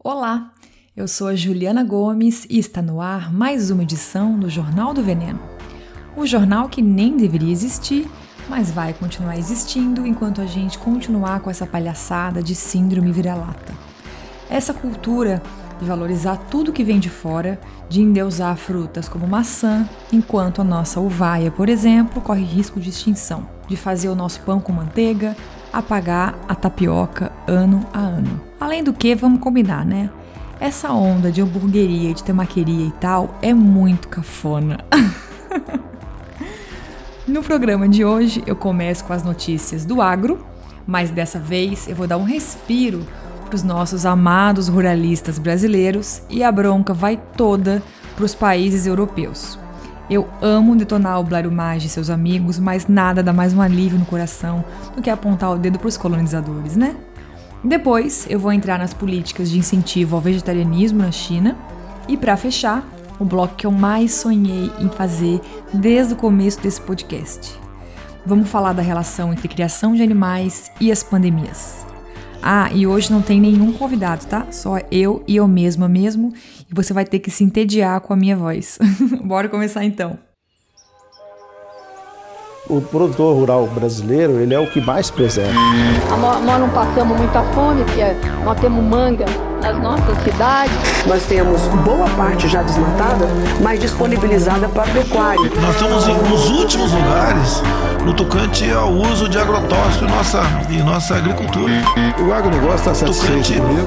Olá, eu sou a Juliana Gomes e está no ar mais uma edição do Jornal do Veneno. Um jornal que nem deveria existir, mas vai continuar existindo enquanto a gente continuar com essa palhaçada de síndrome vira-lata. Essa cultura de valorizar tudo que vem de fora, de endeusar frutas como maçã, enquanto a nossa uvaia, por exemplo, corre risco de extinção, de fazer o nosso pão com manteiga, apagar a tapioca ano a ano. Além do que, vamos combinar, né? Essa onda de hamburgueria, de temaqueria e tal é muito cafona. No programa de hoje eu começo com as notícias do agro, mas dessa vez eu vou dar um respiro para os nossos amados ruralistas brasileiros e a bronca vai toda para os países europeus. Eu amo detonar o Blairo Maggi e seus amigos, mas nada dá mais um alívio no coração do que apontar o dedo para os colonizadores, né? Depois eu vou entrar nas políticas de incentivo ao vegetarianismo na China e, para fechar, o bloco que eu mais sonhei em fazer desde o começo desse podcast. Vamos falar da relação entre criação de animais e as pandemias. Ah, e hoje não tem nenhum convidado, tá? Só eu e eu mesma mesmo, e você vai ter que se entediar com a minha voz. Bora começar então. O produtor rural brasileiro, ele é o que mais preserva. Nós não passamos muita fome, porque nós temos manga nas nossas cidades. Nós temos boa parte já desmatada, mas disponibilizada para pecuária. Nós estamos nos últimos lugares no tocante ao uso de agrotóxico em nossa agricultura. O agronegócio está satisfeito comigo.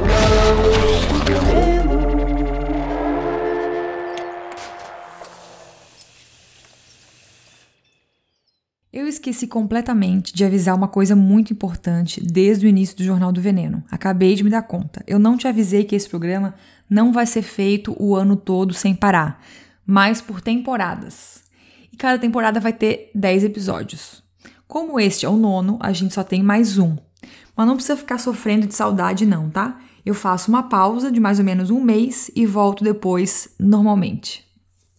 Eu esqueci completamente de avisar uma coisa muito importante desde o início do Jornal do Veneno. Acabei de me dar conta. Eu não te avisei que esse programa não vai ser feito o ano todo sem parar, mas por temporadas. E cada temporada vai ter 10 episódios. Como este é o 9º, a gente só tem mais um. Mas não precisa ficar sofrendo de saudade não, tá? Eu faço uma pausa de mais ou menos um mês e volto depois normalmente.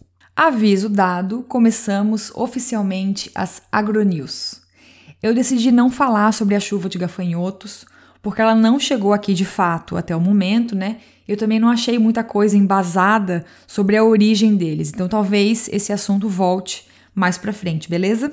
Aviso dado, começamos oficialmente as AgroNews. Eu decidi não falar sobre a chuva de gafanhotos, porque ela não chegou aqui de fato até o momento, né? Eu também não achei muita coisa embasada sobre a origem deles, então talvez esse assunto volte mais pra frente, beleza?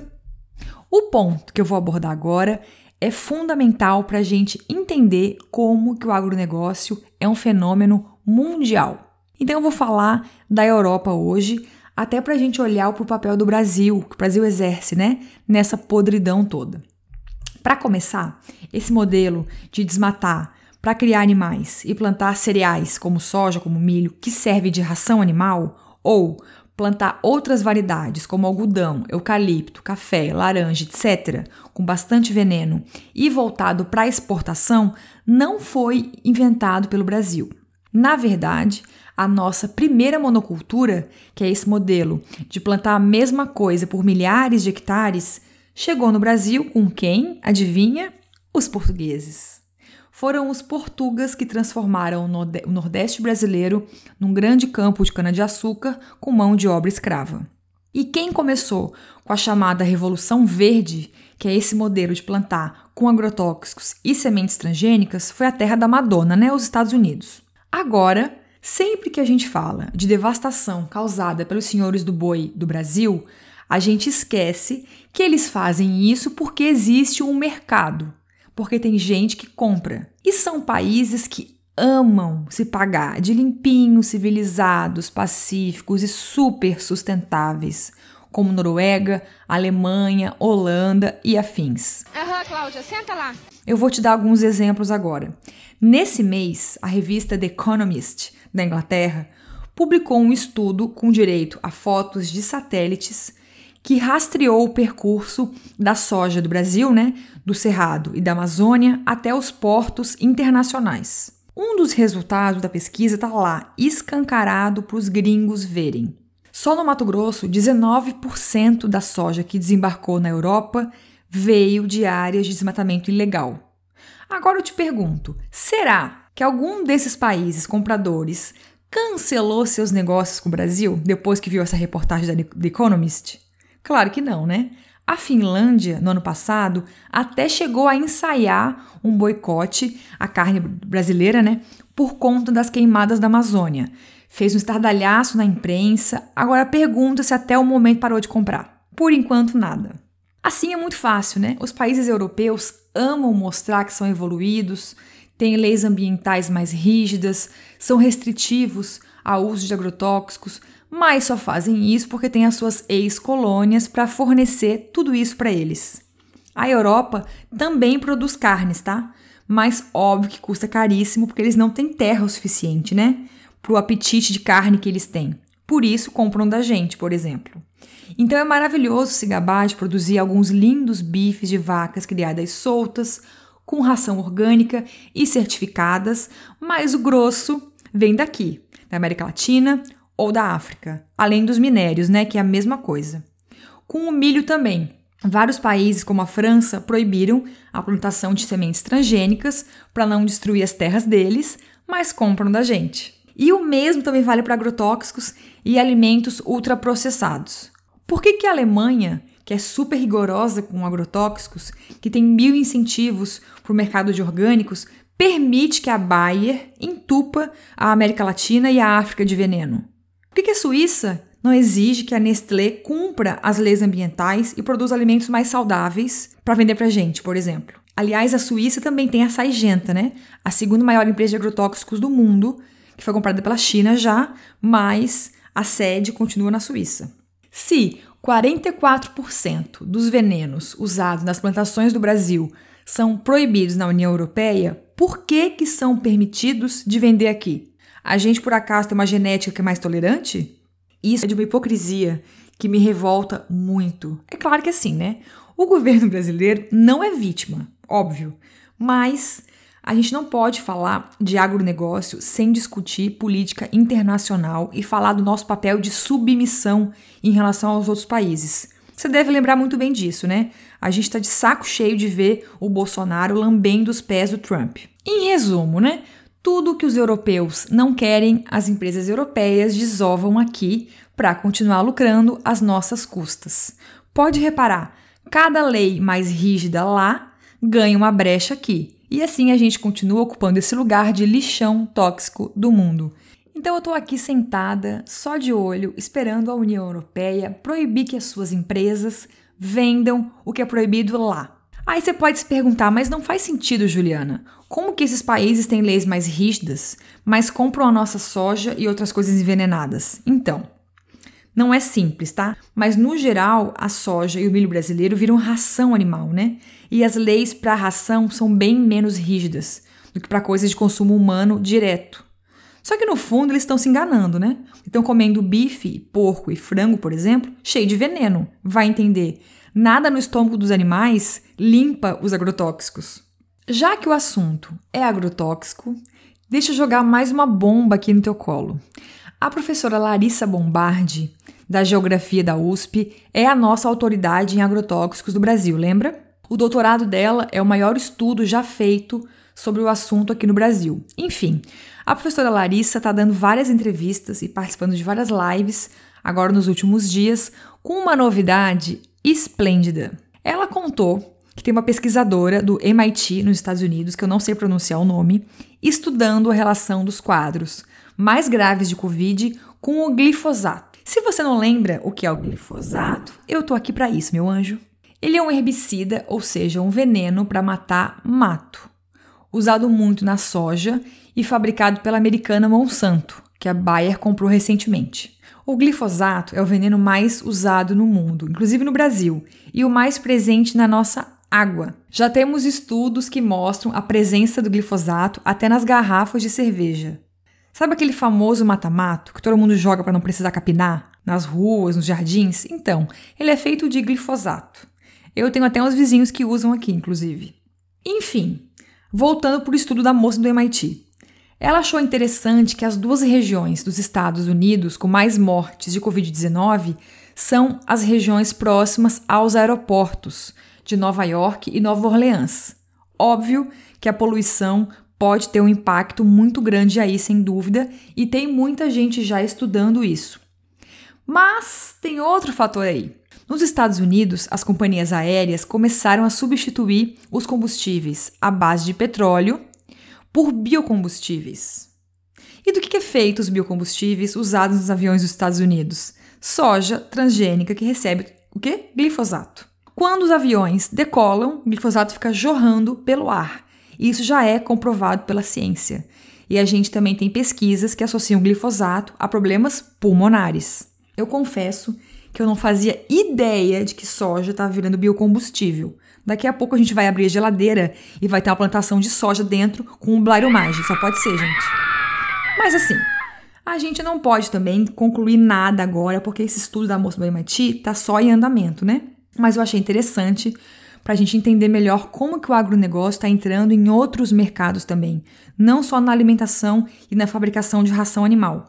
O ponto que eu vou abordar agora é fundamental para a gente entender como que o agronegócio é um fenômeno mundial. Então eu vou falar da Europa hoje, até para a gente olhar para o papel do Brasil, que o Brasil exerce, né, nessa podridão toda. Para começar, esse modelo de desmatar para criar animais e plantar cereais como soja, como milho, que serve de ração animal, ou plantar outras variedades como algodão, eucalipto, café, laranja, etc., com bastante veneno e voltado para a exportação, não foi inventado pelo Brasil. Na verdade, a nossa primeira monocultura, que é esse modelo de plantar a mesma coisa por milhares de hectares, chegou no Brasil com quem? Adivinha? Os portugueses. Foram os portugueses que transformaram o Nordeste brasileiro num grande campo de cana-de-açúcar com mão de obra escrava. E quem começou com a chamada Revolução Verde, que é esse modelo de plantar com agrotóxicos e sementes transgênicas, foi a terra da Madonna, né? Os Estados Unidos. Agora, sempre que a gente fala de devastação causada pelos senhores do boi do Brasil, a gente esquece que eles fazem isso porque existe um mercado, porque tem gente que compra. E são países que amam se pagar de limpinhos, civilizados, pacíficos e super sustentáveis, como Noruega, Alemanha, Holanda e afins. Cláudia, senta lá. Eu vou te dar alguns exemplos agora. Nesse mês, a revista The Economist, da Inglaterra, publicou um estudo com direito a fotos de satélites que rastreou o percurso da soja do Brasil, né, do Cerrado e da Amazônia até os portos internacionais. Um dos resultados da pesquisa está lá, escancarado para os gringos verem. Só no Mato Grosso, 19% da soja que desembarcou na Europa veio de áreas de desmatamento ilegal. Agora eu te pergunto, será que algum desses países compradores cancelou seus negócios com o Brasil depois que viu essa reportagem da The Economist? Claro que não, né? A Finlândia, no ano passado, até chegou a ensaiar um boicote à carne brasileira, né, por conta das queimadas da Amazônia. Fez um estardalhaço na imprensa, agora pergunta se até o momento parou de comprar. Por enquanto, nada. Assim é muito fácil, né? Os países europeus amam mostrar que são evoluídos, têm leis ambientais mais rígidas, são restritivos ao uso de agrotóxicos, mas só fazem isso porque têm as suas ex-colônias para fornecer tudo isso para eles. A Europa também produz carnes, tá? Mas óbvio que custa caríssimo porque eles não têm terra o suficiente, né? Para o apetite de carne que eles têm. Por isso compram da gente, por exemplo. Então é maravilhoso se gabar de produzir alguns lindos bifes de vacas criadas soltas, com ração orgânica e certificadas, mas o grosso vem daqui, da América Latina ou da África, além dos minérios, né, que é a mesma coisa. Com o milho também. Vários países, como a França, proibiram a plantação de sementes transgênicas para não destruir as terras deles, mas compram da gente. E o mesmo também vale para agrotóxicos e alimentos ultraprocessados. Por que a Alemanha, que é super rigorosa com agrotóxicos, que tem 1000 incentivos para o mercado de orgânicos, permite que a Bayer entupa a América Latina e a África de veneno? Por que a Suíça não exige que a Nestlé cumpra as leis ambientais e produza alimentos mais saudáveis para vender para a gente, por exemplo? Aliás, a Suíça também tem a Syngenta, né? A segunda maior empresa de agrotóxicos do mundo, que foi comprada pela China já, mas a sede continua na Suíça. Se 44% dos venenos usados nas plantações do Brasil são proibidos na União Europeia, por que são permitidos de vender aqui? A gente, por acaso, tem uma genética que é mais tolerante? Isso é de uma hipocrisia que me revolta muito. É claro que é assim, né? O governo brasileiro não é vítima, óbvio, mas a gente não pode falar de agronegócio sem discutir política internacional e falar do nosso papel de submissão em relação aos outros países. Você deve lembrar muito bem disso, né? A gente está de saco cheio de ver o Bolsonaro lambendo os pés do Trump. Em resumo, né? Tudo que os europeus não querem, as empresas europeias desovam aqui para continuar lucrando às nossas custas. Pode reparar, cada lei mais rígida lá ganha uma brecha aqui. E assim a gente continua ocupando esse lugar de lixão tóxico do mundo. Então eu estou aqui sentada, só de olho, esperando a União Europeia proibir que as suas empresas vendam o que é proibido lá. Aí você pode se perguntar, mas não faz sentido, Juliana. Como que esses países têm leis mais rígidas, mas compram a nossa soja e outras coisas envenenadas? Então, não é simples, tá? Mas no geral, a soja e o milho brasileiro viram ração animal, né? E as leis para a ração são bem menos rígidas do que para coisas de consumo humano direto. Só que no fundo eles estão se enganando, né? Estão comendo bife, porco e frango, por exemplo, cheio de veneno. Vai entender. Nada no estômago dos animais limpa os agrotóxicos. Já que o assunto é agrotóxico, deixa eu jogar mais uma bomba aqui no teu colo. A professora Larissa Bombardi, da Geografia da USP, é a nossa autoridade em agrotóxicos do Brasil, lembra? O doutorado dela é o maior estudo já feito sobre o assunto aqui no Brasil. Enfim, a professora Larissa está dando várias entrevistas e participando de várias lives, agora nos últimos dias, com uma novidade esplêndida. Ela contou que tem uma pesquisadora do MIT, nos Estados Unidos, que eu não sei pronunciar o nome, estudando a relação dos quadros mais graves de Covid com o glifosato. Se você não lembra o que é o glifosato, eu tô aqui para isso, meu anjo. Ele é um herbicida, ou seja, um veneno para matar mato, usado muito na soja e fabricado pela americana Monsanto, que a Bayer comprou recentemente. O glifosato é o veneno mais usado no mundo, inclusive no Brasil, e o mais presente na nossa água. Já temos estudos que mostram a presença do glifosato até nas garrafas de cerveja. Sabe aquele famoso mata-mato que todo mundo joga para não precisar capinar? Nas ruas, nos jardins? Então, ele é feito de glifosato. Eu tenho até uns vizinhos que usam aqui, inclusive. Enfim, voltando para o estudo da moça do MIT. Ela achou interessante que as duas regiões dos Estados Unidos com mais mortes de Covid-19 são as regiões próximas aos aeroportos de Nova York e Nova Orleans. Óbvio que a poluição pode ter um impacto muito grande aí, sem dúvida, e tem muita gente já estudando isso. Mas tem outro fator aí. Nos Estados Unidos, as companhias aéreas começaram a substituir os combustíveis à base de petróleo por biocombustíveis. E do que é feito os biocombustíveis usados nos aviões dos Estados Unidos? Soja transgênica que recebe o quê? Glifosato. Quando os aviões decolam, o glifosato fica jorrando pelo ar. E isso já é comprovado pela ciência. E a gente também tem pesquisas que associam glifosato a problemas pulmonares. Eu confesso que eu não fazia ideia de que soja estava virando biocombustível. Daqui a pouco a gente vai abrir a geladeira e vai ter uma plantação de soja dentro com um blaromagem. Só pode ser, gente. Mas assim, a gente não pode também concluir nada agora, porque esse estudo da moça do MIT está só em andamento, né? Mas eu achei interessante para a gente entender melhor como que o agronegócio está entrando em outros mercados também, não só na alimentação e na fabricação de ração animal.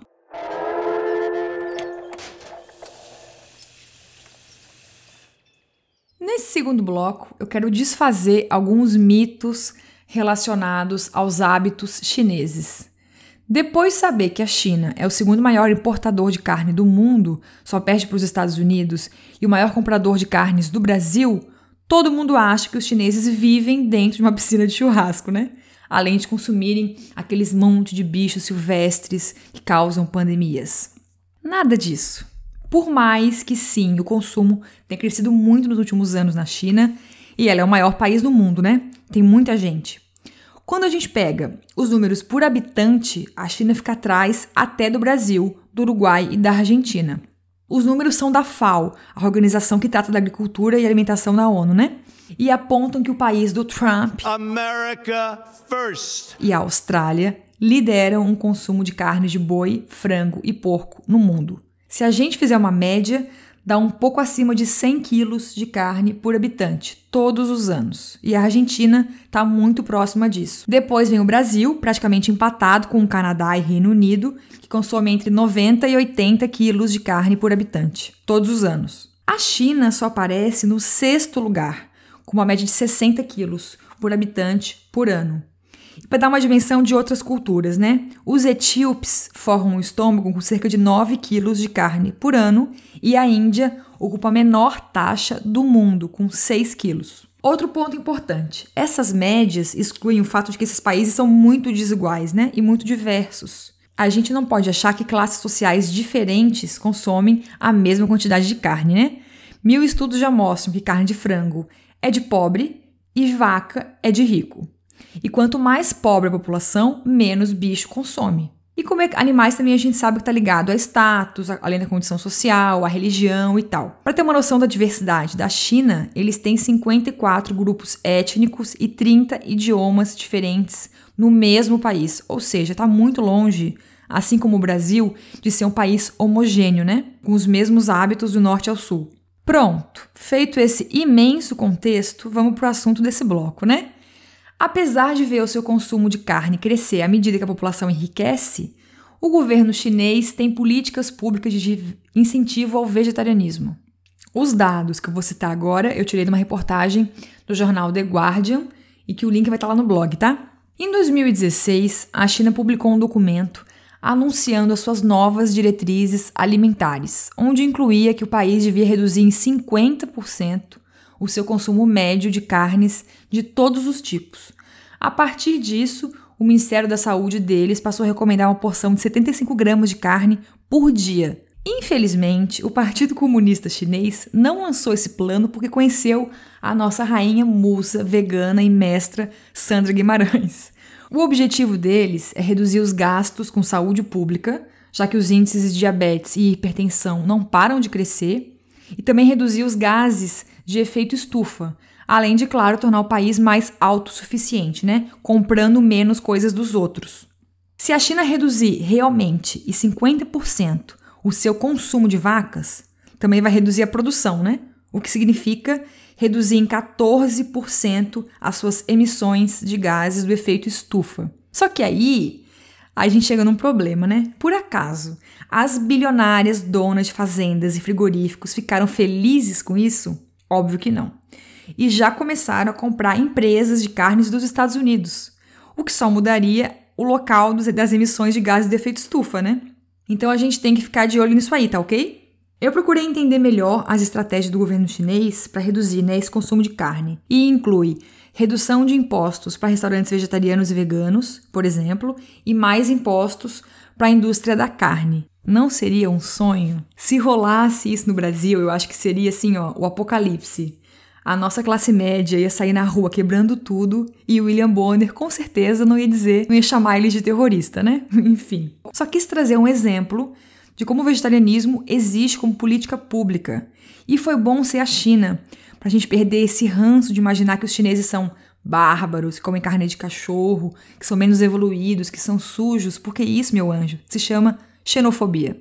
Nesse segundo bloco, eu quero desfazer alguns mitos relacionados aos hábitos chineses. Depois de saber que a China é o segundo maior importador de carne do mundo, só perde para os Estados Unidos, e o maior comprador de carnes do Brasil, todo mundo acha que os chineses vivem dentro de uma piscina de churrasco, né? Além de consumirem aqueles monte de bichos silvestres que causam pandemias. Nada disso. Por mais que sim, o consumo tenha crescido muito nos últimos anos na China, e ela é o maior país do mundo, né? Tem muita gente. Quando a gente pega os números por habitante, a China fica atrás até do Brasil, do Uruguai e da Argentina. Os números são da FAO, a organização que trata da agricultura e alimentação da ONU, né? E apontam que o país do Trump America first. E a Austrália lideram um consumo de carne de boi, frango e porco no mundo. Se a gente fizer uma média, dá um pouco acima de 100 quilos de carne por habitante, todos os anos. E a Argentina está muito próxima disso. Depois vem o Brasil, praticamente empatado com o Canadá e Reino Unido, que consome entre 90 e 80 quilos de carne por habitante, todos os anos. A China só aparece no 6º lugar, com uma média de 60 quilos por habitante por ano. E para dar uma dimensão de outras culturas, né? Os etíopes formam um estômago com cerca de 9 quilos de carne por ano e a Índia ocupa a menor taxa do mundo, com 6 quilos. Outro ponto importante, essas médias excluem o fato de que esses países são muito desiguais, né? E muito diversos. A gente não pode achar que classes sociais diferentes consomem a mesma quantidade de carne, né? 1000 estudos já mostram que carne de frango é de pobre e vaca é de rico. E quanto mais pobre a população, menos bicho consome. E comer animais também a gente sabe que está ligado a status, além da condição social, a religião e tal. Para ter uma noção da diversidade da China, eles têm 54 grupos étnicos e 30 idiomas diferentes no mesmo país. Ou seja, está muito longe, assim como o Brasil, de ser um país homogêneo, né? Com os mesmos hábitos do norte ao sul. Pronto, feito esse imenso contexto, vamos para o assunto desse bloco, né? Apesar de ver o seu consumo de carne crescer à medida que a população enriquece, o governo chinês tem políticas públicas de incentivo ao vegetarianismo. Os dados que eu vou citar agora, eu tirei de uma reportagem do jornal The Guardian e que o link vai estar lá no blog, tá? Em 2016, a China publicou um documento anunciando as suas novas diretrizes alimentares, onde incluía que o país devia reduzir em 50% o seu consumo médio de carnes de todos os tipos. A partir disso, o Ministério da Saúde deles passou a recomendar uma porção de 75 gramas de carne por dia. Infelizmente, o Partido Comunista Chinês não lançou esse plano porque conheceu a nossa rainha musa, vegana e mestra Sandra Guimarães. O objetivo deles é reduzir os gastos com saúde pública, já que os índices de diabetes e hipertensão não param de crescer, e também reduzir os gases de efeito estufa, além de, claro, tornar o país mais autossuficiente, né? Comprando menos coisas dos outros. Se a China reduzir realmente em 50% o seu consumo de vacas, também vai reduzir a produção, né? O que significa reduzir em 14% as suas emissões de gases do efeito estufa. Só que aí a gente chega num problema, né? Por acaso, as bilionárias donas de fazendas e frigoríficos ficaram felizes com isso? Óbvio que não. E já começaram a comprar empresas de carnes dos Estados Unidos, o que só mudaria o local das emissões de gases de efeito estufa, né? Então a gente tem que ficar de olho nisso aí, tá ok? Eu procurei entender melhor as estratégias do governo chinês para reduzir esse consumo de carne. E inclui redução de impostos para restaurantes vegetarianos e veganos, por exemplo, e mais impostos para a indústria da carne. Não seria um sonho? Se rolasse isso no Brasil, eu acho que seria assim, o apocalipse. A nossa classe média ia sair na rua quebrando tudo e o William Bonner com certeza não ia chamar eles de terrorista, né? Enfim. Só quis trazer um exemplo de como o vegetarianismo existe como política pública. E foi bom ser a China, pra gente perder esse ranço de imaginar que os chineses são bárbaros, que comem carne de cachorro, que são menos evoluídos, que são sujos, porque isso, meu anjo, se chama xenofobia.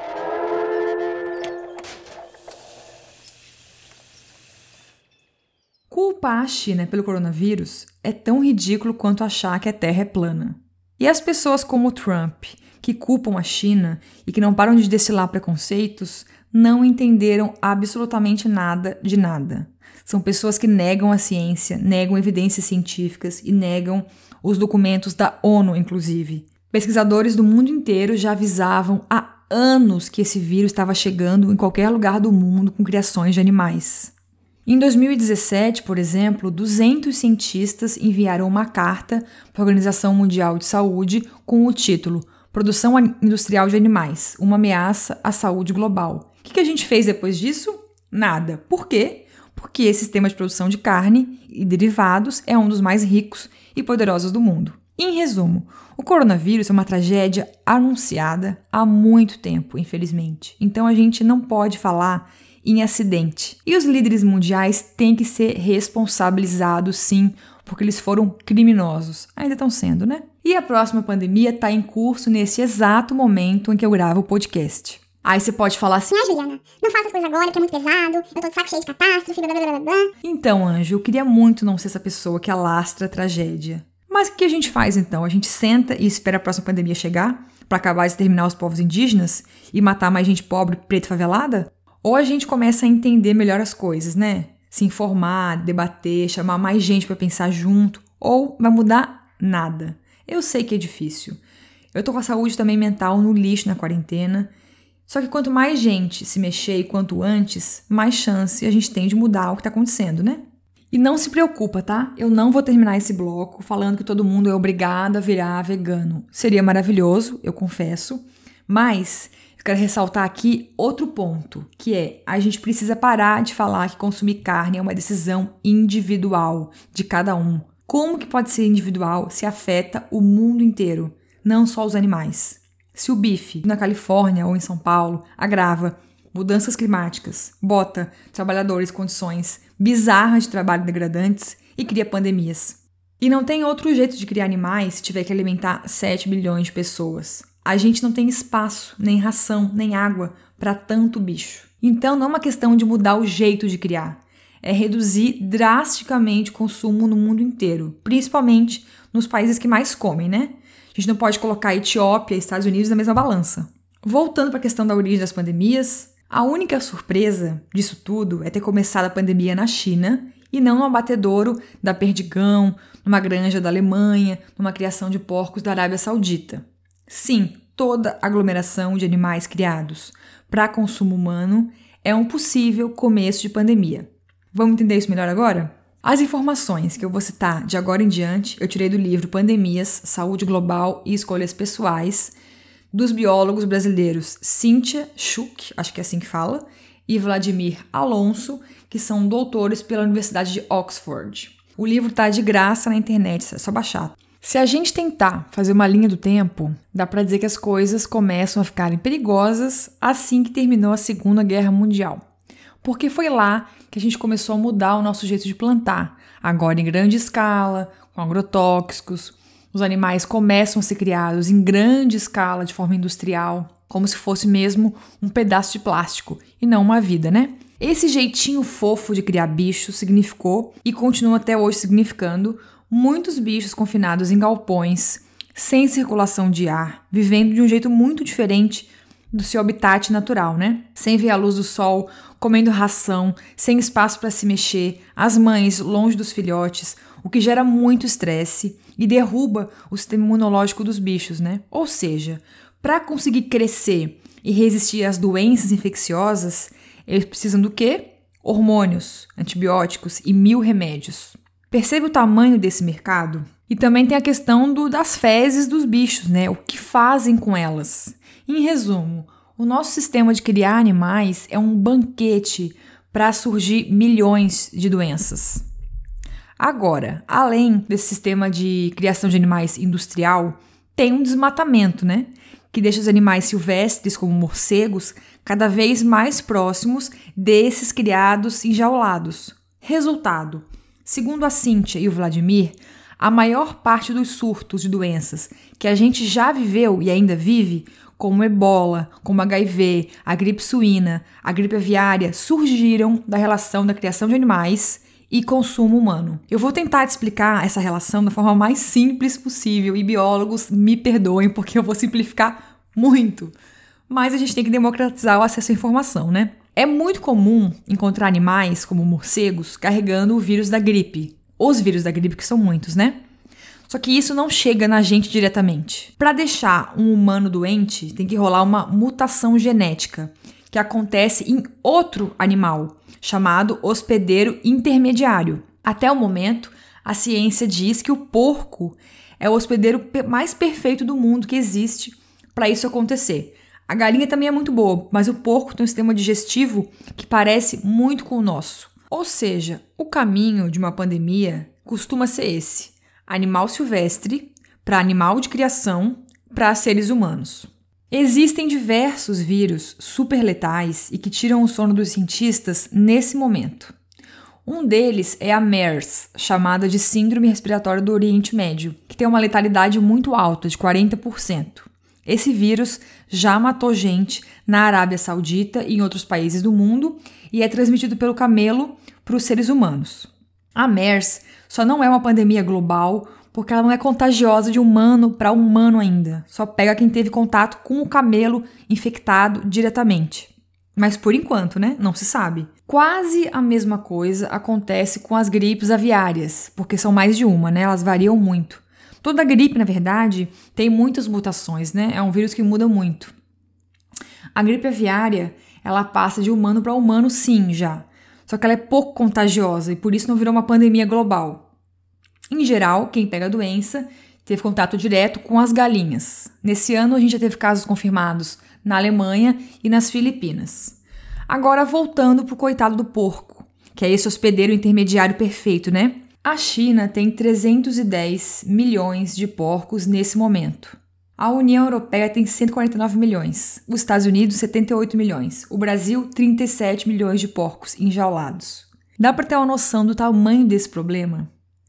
Culpar a China pelo coronavírus é tão ridículo quanto achar que a Terra é plana. E as pessoas como o Trump, que culpam a China e que não param de destilar preconceitos, não entenderam absolutamente nada de nada. São pessoas que negam a ciência, negam evidências científicas e negam os documentos da ONU, inclusive. Pesquisadores do mundo inteiro já avisavam há anos que esse vírus estava chegando em qualquer lugar do mundo com criações de animais. Em 2017, por exemplo, 200 cientistas enviaram uma carta para a Organização Mundial de Saúde com o título Produção Industrial de Animais, uma ameaça à saúde global. O que a gente fez depois disso? Nada. Por quê? Porque esse sistema de produção de carne e derivados é um dos mais ricos e poderosos do mundo. Em resumo, o coronavírus é uma tragédia anunciada há muito tempo, infelizmente. Então a gente não pode falar em acidente. E os líderes mundiais têm que ser responsabilizados, sim, porque eles foram criminosos. Ainda estão sendo, né? E a próxima pandemia está em curso nesse exato momento em que eu gravo o podcast. Aí você pode falar assim: Juliana, não faça as coisas agora que é muito pesado, eu tô de saco cheio de catástrofe, blá blá blá blá. Então, anjo, eu queria muito não ser essa pessoa que alastra a tragédia. Mas o que a gente faz então? A gente senta e espera a próxima pandemia chegar para acabar de exterminar os povos indígenas e matar mais gente pobre, preta e favelada? Ou a gente começa a entender melhor as coisas, né? Se informar, debater, chamar mais gente para pensar junto, ou vai mudar nada. Eu sei que é difícil. Eu tô com a saúde também mental no lixo na quarentena. Só que quanto mais gente se mexer e quanto antes, mais chance a gente tem de mudar o que tá acontecendo, né? E não se preocupa, tá? Eu não vou terminar esse bloco falando que todo mundo é obrigado a virar vegano. Seria maravilhoso, eu confesso. Mas eu quero ressaltar aqui outro ponto, que é a gente precisa parar de falar que consumir carne é uma decisão individual de cada um. Como que pode ser individual se afeta o mundo inteiro, não só os animais? Se o bife na Califórnia ou em São Paulo agrava mudanças climáticas, bota trabalhadores em condições bizarras de trabalho degradantes e cria pandemias. E não tem outro jeito de criar animais se tiver que alimentar 7 bilhões de pessoas. A gente não tem espaço, nem ração, nem água para tanto bicho. Então não é uma questão de mudar o jeito de criar. É reduzir drasticamente o consumo no mundo inteiro, principalmente nos países que mais comem, né? A gente não pode colocar a Etiópia e Estados Unidos na mesma balança. Voltando para a questão da origem das pandemias, a única surpresa disso tudo é ter começado a pandemia na China e não no abatedouro da Perdigão, numa granja da Alemanha, numa criação de porcos da Arábia Saudita. Sim, toda aglomeração de animais criados para consumo humano é um possível começo de pandemia. Vamos entender isso melhor agora? As informações que eu vou citar de agora em diante, eu tirei do livro Pandemias, Saúde Global e Escolhas Pessoais, dos biólogos brasileiros Cíntia Schuch, acho que é assim que fala, e Vladimir Alonso, que são doutores pela Universidade de Oxford. O livro está de graça na internet, é só baixar. Se a gente tentar fazer uma linha do tempo, dá para dizer que as coisas começam a ficarem perigosas assim que terminou a Segunda Guerra Mundial. Porque foi lá que a gente começou a mudar o nosso jeito de plantar. Agora em grande escala, com agrotóxicos, os animais começam a ser criados em grande escala de forma industrial, como se fosse mesmo um pedaço de plástico e não uma vida, né? Esse jeitinho fofo de criar bichos significou, e continua até hoje significando, muitos bichos confinados em galpões, sem circulação de ar, vivendo de um jeito muito diferente do seu habitat natural, né? Sem ver a luz do sol, comendo ração, sem espaço para se mexer, as mães longe dos filhotes, o que gera muito estresse e derruba o sistema imunológico dos bichos, né? Ou seja, para conseguir crescer e resistir às doenças infecciosas, eles precisam do quê? Hormônios, antibióticos e 1000 remédios. Percebe o tamanho desse mercado? E também tem a questão das fezes dos bichos, né? O que fazem com elas? Em resumo, o nosso sistema de criar animais é um banquete para surgir milhões de doenças. Agora, além desse sistema de criação de animais industrial, tem um desmatamento, né? Que deixa os animais silvestres, como morcegos, cada vez mais próximos desses criados enjaulados. Resultado: segundo a Cíntia e o Vladimir, a maior parte dos surtos de doenças que a gente já viveu e ainda vive, como ebola, como HIV, a gripe suína, a gripe aviária, surgiram da relação da criação de animais e consumo humano. Eu vou tentar te explicar essa relação da forma mais simples possível e biólogos me perdoem porque eu vou simplificar muito. Mas a gente tem que democratizar o acesso à informação, né? É muito comum encontrar animais, como morcegos, carregando o vírus da gripe. Os vírus da gripe, que são muitos, né? Só que isso não chega na gente diretamente. Para deixar um humano doente, tem que rolar uma mutação genética, que acontece em outro animal, chamado hospedeiro intermediário. Até o momento, a ciência diz que o porco é o hospedeiro mais perfeito do mundo que existe para isso acontecer. A galinha também é muito boa, mas o porco tem um sistema digestivo que parece muito com o nosso. Ou seja, o caminho de uma pandemia costuma ser esse: animal silvestre para animal de criação para seres humanos. Existem diversos vírus super letais e que tiram o sono dos cientistas nesse momento. Um deles é a MERS, chamada de Síndrome Respiratória do Oriente Médio, que tem uma letalidade muito alta, de 40%. Esse vírus já matou gente na Arábia Saudita e em outros países do mundo e é transmitido pelo camelo para os seres humanos. A MERS só não é uma pandemia global porque ela não é contagiosa de humano para humano ainda. Só pega quem teve contato com o camelo infectado diretamente. Mas por enquanto, né? Não se sabe. Quase a mesma coisa acontece com as gripes aviárias, porque são mais de uma, né? Elas variam muito. Toda gripe, na verdade, tem muitas mutações, né? É um vírus que muda muito. A gripe aviária, ela passa de humano para humano, sim, já. Só que ela é pouco contagiosa e por isso não virou uma pandemia global. Em geral, quem pega a doença teve contato direto com as galinhas. Nesse ano, a gente já teve casos confirmados na Alemanha e nas Filipinas. Agora, voltando pro coitado do porco, que é esse hospedeiro intermediário perfeito, né? A China tem 310 milhões de porcos nesse momento. A União Europeia tem 149 milhões. Os Estados Unidos, 78 milhões. O Brasil, 37 milhões de porcos enjaulados. Dá para ter uma noção do tamanho desse problema?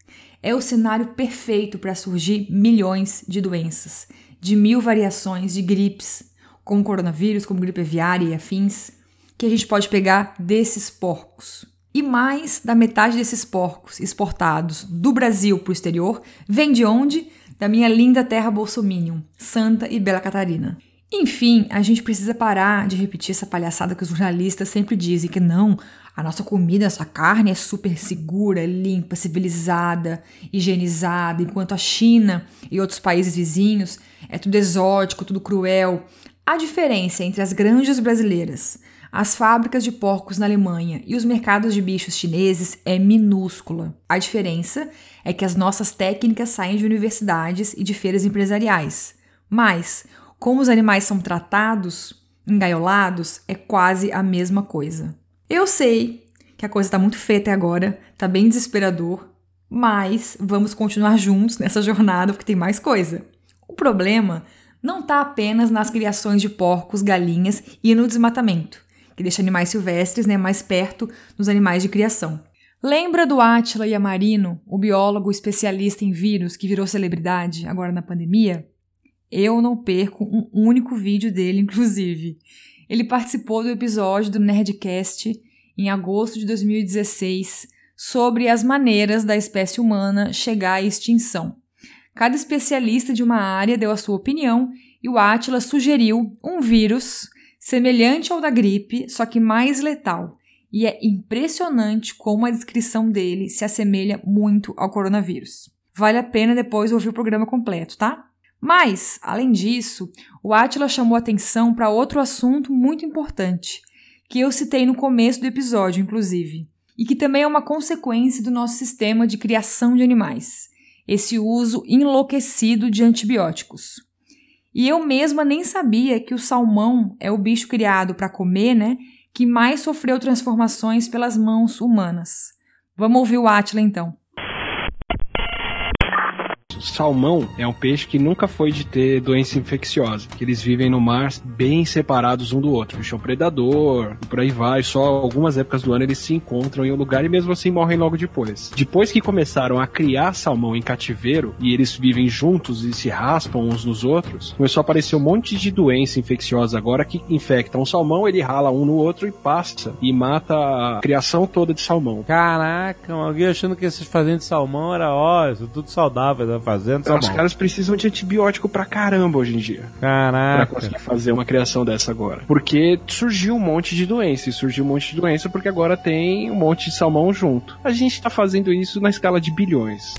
É o cenário perfeito para surgir milhões de doenças, de 1000 variações de gripes, como coronavírus, como gripe aviária e afins, que a gente pode pegar desses porcos. E mais da metade desses porcos exportados do Brasil para o exterior vem de onde? Da minha linda terra bolsominion, Santa e Bela Catarina. Enfim, a gente precisa parar de repetir essa palhaçada que os jornalistas sempre dizem, que não, a nossa comida, a nossa carne é super segura, limpa, civilizada, higienizada, enquanto a China e outros países vizinhos é tudo exótico, tudo cruel. A diferença entre as granjas brasileiras, as fábricas de porcos na Alemanha e os mercados de bichos chineses é minúscula. A diferença é que as nossas técnicas saem de universidades e de feiras empresariais. Mas, como os animais são tratados, engaiolados, é quase a mesma coisa. Eu sei que a coisa está muito feia até agora, está bem desesperador, mas vamos continuar juntos nessa jornada porque tem mais coisa. O problema não está apenas nas criações de porcos, galinhas e no desmatamento, que deixa animais silvestres, mais perto dos animais de criação. Lembra do Átila Yamarino, o biólogo especialista em vírus que virou celebridade agora na pandemia? Eu não perco um único vídeo dele, inclusive. Ele participou do episódio do Nerdcast em agosto de 2016 sobre as maneiras da espécie humana chegar à extinção. Cada especialista de uma área deu a sua opinião e o Átila sugeriu um vírus semelhante ao da gripe, só que mais letal. E é impressionante como a descrição dele se assemelha muito ao coronavírus. Vale a pena depois ouvir o programa completo, tá? Mas, além disso, o Átila chamou atenção para outro assunto muito importante, que eu citei no começo do episódio, inclusive, e que também é uma consequência do nosso sistema de criação de animais, esse uso enlouquecido de antibióticos. E eu mesma nem sabia que o salmão é o bicho criado para comer, né, que mais sofreu transformações pelas mãos humanas. Vamos ouvir o Átila então. Salmão é um peixe que nunca foi de ter doença infecciosa, que eles vivem no mar bem separados um do outro. O bicho é um predador, e por aí vai, só algumas épocas do ano eles se encontram em um lugar e mesmo assim morrem logo depois. Depois que começaram a criar salmão em cativeiro, e eles vivem juntos e se raspam uns nos outros, começou a aparecer um monte de doença infecciosa agora que infecta um salmão, ele rala um no outro e passa, e mata a criação toda de salmão. Caraca, alguém achando que esses fazendas de salmão era tudo saudável, tá fazendo salmão. Os caras precisam de antibiótico pra caramba hoje em dia. Caraca. Pra conseguir fazer uma criação dessa agora. Porque surgiu um monte de doença. E surgiu um monte de doença porque agora tem um monte de salmão junto. A gente tá fazendo isso na escala de bilhões.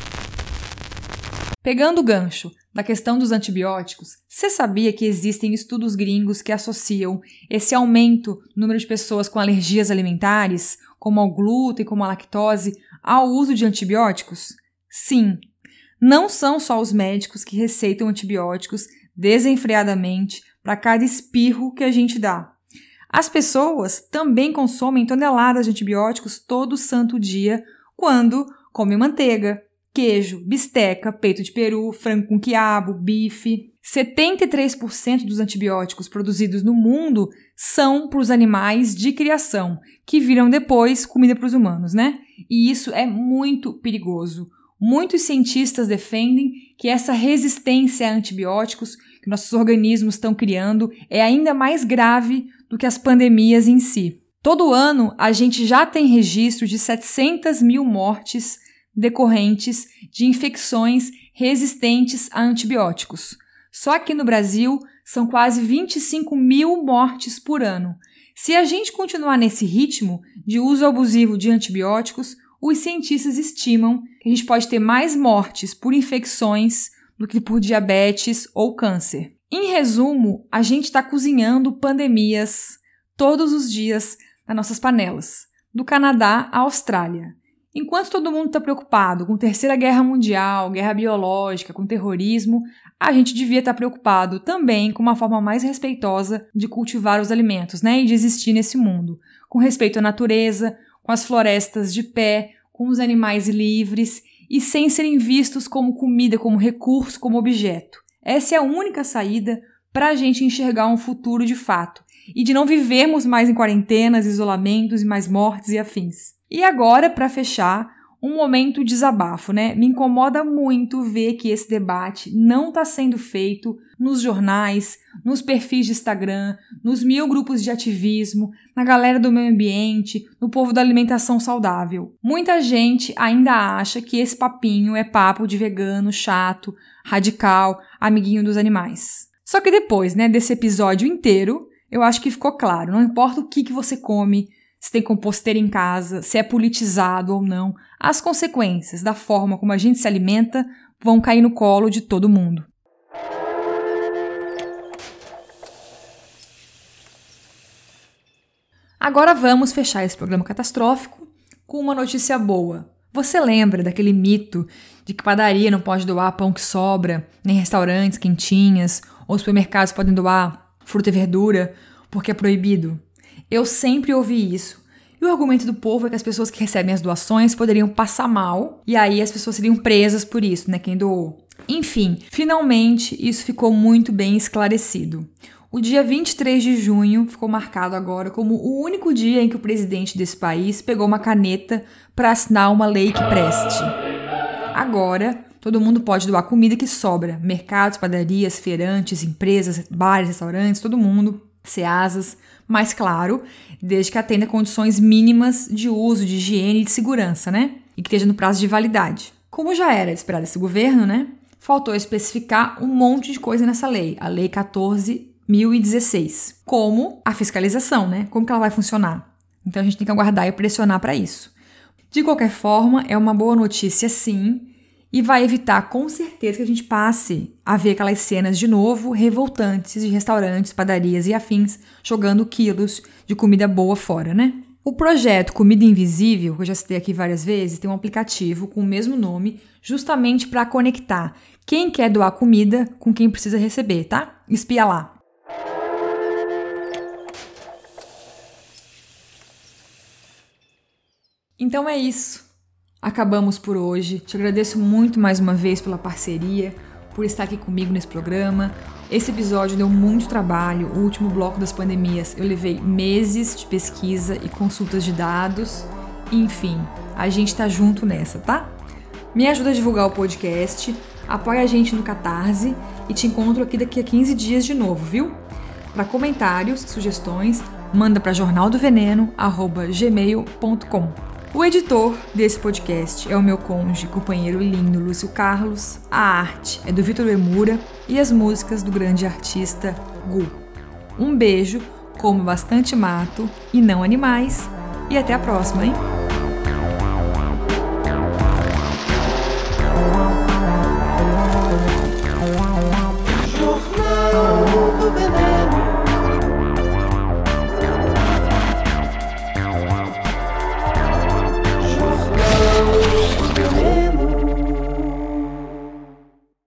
Pegando o gancho da questão dos antibióticos, você sabia que existem estudos gringos que associam esse aumento no número de pessoas com alergias alimentares, como ao glúten, como à lactose, ao uso de antibióticos? Sim. Não são só os médicos que receitam antibióticos desenfreadamente para cada espirro que a gente dá. As pessoas também consomem toneladas de antibióticos todo santo dia quando comem manteiga, queijo, bisteca, peito de peru, frango com quiabo, bife. 73% dos antibióticos produzidos no mundo são para os animais de criação, que viram depois comida para os humanos, né? E isso é muito perigoso. Muitos cientistas defendem que essa resistência a antibióticos que nossos organismos estão criando é ainda mais grave do que as pandemias em si. Todo ano, a gente já tem registro de 700 mil mortes decorrentes de infecções resistentes a antibióticos. Só aqui no Brasil, são quase 25 mil mortes por ano. Se a gente continuar nesse ritmo de uso abusivo de antibióticos, os cientistas estimam que a gente pode ter mais mortes por infecções do que por diabetes ou câncer. Em resumo, a gente está cozinhando pandemias todos os dias nas nossas panelas, do Canadá à Austrália. Enquanto todo mundo está preocupado com Terceira Guerra Mundial, guerra biológica, com terrorismo, a gente devia estar preocupado também com uma forma mais respeitosa de cultivar os alimentos, né, e de existir nesse mundo, com respeito à natureza, com as florestas de pé, com os animais livres e sem serem vistos como comida, como recurso, como objeto. Essa é a única saída para a gente enxergar um futuro de fato e de não vivermos mais em quarentenas, isolamentos e mais mortes e afins. E agora, para fechar, um momento de desabafo, né? Me incomoda muito ver que esse debate não está sendo feito nos jornais, nos perfis de Instagram, nos 1000 grupos de ativismo, na galera do meio ambiente, no povo da alimentação saudável. Muita gente ainda acha que esse papinho é papo de vegano, chato, radical, amiguinho dos animais. Só que depois, né, desse episódio inteiro, eu acho que ficou claro, não importa o que você come, se tem composteira em casa, se é politizado ou não, as consequências da forma como a gente se alimenta vão cair no colo de todo mundo. Agora vamos fechar esse programa catastrófico com uma notícia boa. Você lembra daquele mito de que padaria não pode doar pão que sobra, nem restaurantes quentinhas, ou supermercados podem doar fruta e verdura porque é proibido? Eu sempre ouvi isso. E o argumento do povo é que as pessoas que recebem as doações poderiam passar mal e aí as pessoas seriam presas por isso, né? Quem doou. Enfim, finalmente isso ficou muito bem esclarecido. O dia 23 de junho ficou marcado agora como o único dia em que o presidente desse país pegou uma caneta para assinar uma lei que preste. Agora, todo mundo pode doar comida que sobra. Mercados, padarias, feirantes, empresas, bares, restaurantes, todo mundo, ceasas. Mas, claro, desde que atenda condições mínimas de uso, de higiene e de segurança, né? E que esteja no prazo de validade. Como já era de esperar desse governo, né? Faltou especificar um monte de coisa nessa lei, a Lei 14.016. Como a fiscalização, né? Como que ela vai funcionar? Então a gente tem que aguardar e pressionar para isso. De qualquer forma, é uma boa notícia sim, E vai evitar com certeza que a gente passe a ver aquelas cenas de novo revoltantes de restaurantes, padarias e afins jogando quilos de comida boa fora, né? O projeto Comida Invisível, que eu já citei aqui várias vezes, tem um aplicativo com o mesmo nome, justamente para conectar quem quer doar comida com quem precisa receber, tá? Espia lá. Então é isso. Acabamos por hoje. Te agradeço muito mais uma vez pela parceria, por estar aqui comigo nesse programa. Esse episódio deu muito trabalho. O último bloco das pandemias eu levei meses de pesquisa e consultas de dados. Enfim, a gente tá junto nessa, tá? Me ajuda a divulgar o podcast, apoia a gente no Catarse e te encontro aqui daqui a 15 dias de novo, viu? Para comentários, sugestões, manda para jornaldoveneno@gmail.com. O editor desse podcast é o meu cônjuge, companheiro lindo Lúcio Carlos, a arte é do Vitor Emura e as músicas do grande artista Gu. Um beijo, coma bastante mato e não animais, e até a próxima, hein?